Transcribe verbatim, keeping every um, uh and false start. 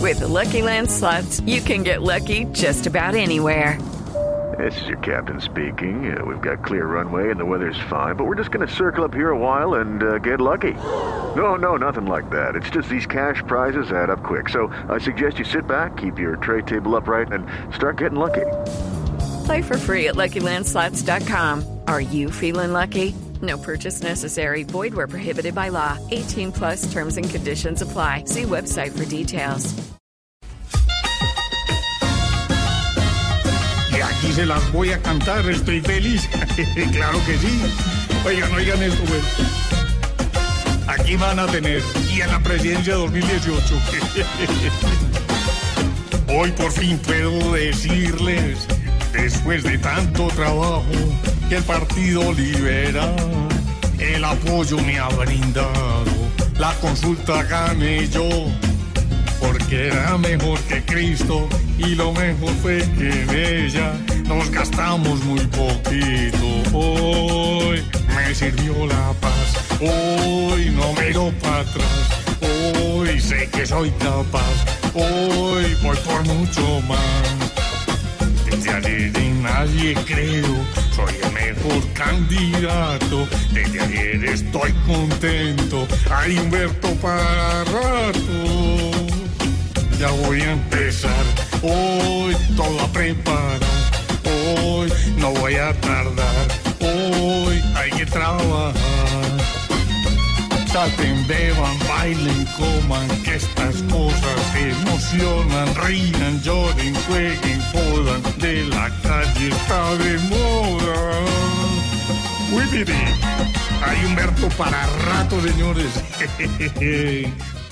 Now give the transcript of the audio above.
With the Lucky Land Slots, you can get lucky just about anywhere. This is your captain speaking. Uh, we've got clear runway and the weather's fine, but we're just going to circle up here a while and uh, get lucky. No, no, nothing like that. It's just these cash prizes add up quick. So I suggest you sit back, keep your tray table upright, and start getting lucky. Play for free at Lucky Land Slots dot com. Are you feeling lucky? No purchase necessary. Void where prohibited by law. eighteen plus terms and conditions apply. See website for details. Y aquí se las voy a cantar, estoy feliz. Claro que sí. Oigan, oigan esto, güey. Aquí van a tener, y en la presidencia dos mil dieciocho. Hoy por fin puedo decirles, después de tanto trabajo, que el Partido Liberal el apoyo me ha brindado. La consulta gané yo, porque era mejor que Cristo, y lo mejor fue que en ella nos gastamos muy poquito. Hoy me sirvió la paz, hoy no miro para atrás, hoy sé que soy capaz, hoy voy por mucho más. Desde ayer en nadie creo, soy el mejor candidato. Desde ayer estoy contento, hay Humberto para rato. Ya voy a empezar, hoy todo a preparar, hoy no voy a tardar, hoy hay que trabajar. Salten, beban, bailen, coman, que estas cosas emocionan, rían, lloren, jueguen, jodan, de la calle está de moda. Uy, mire, hay Humberto para rato, señores.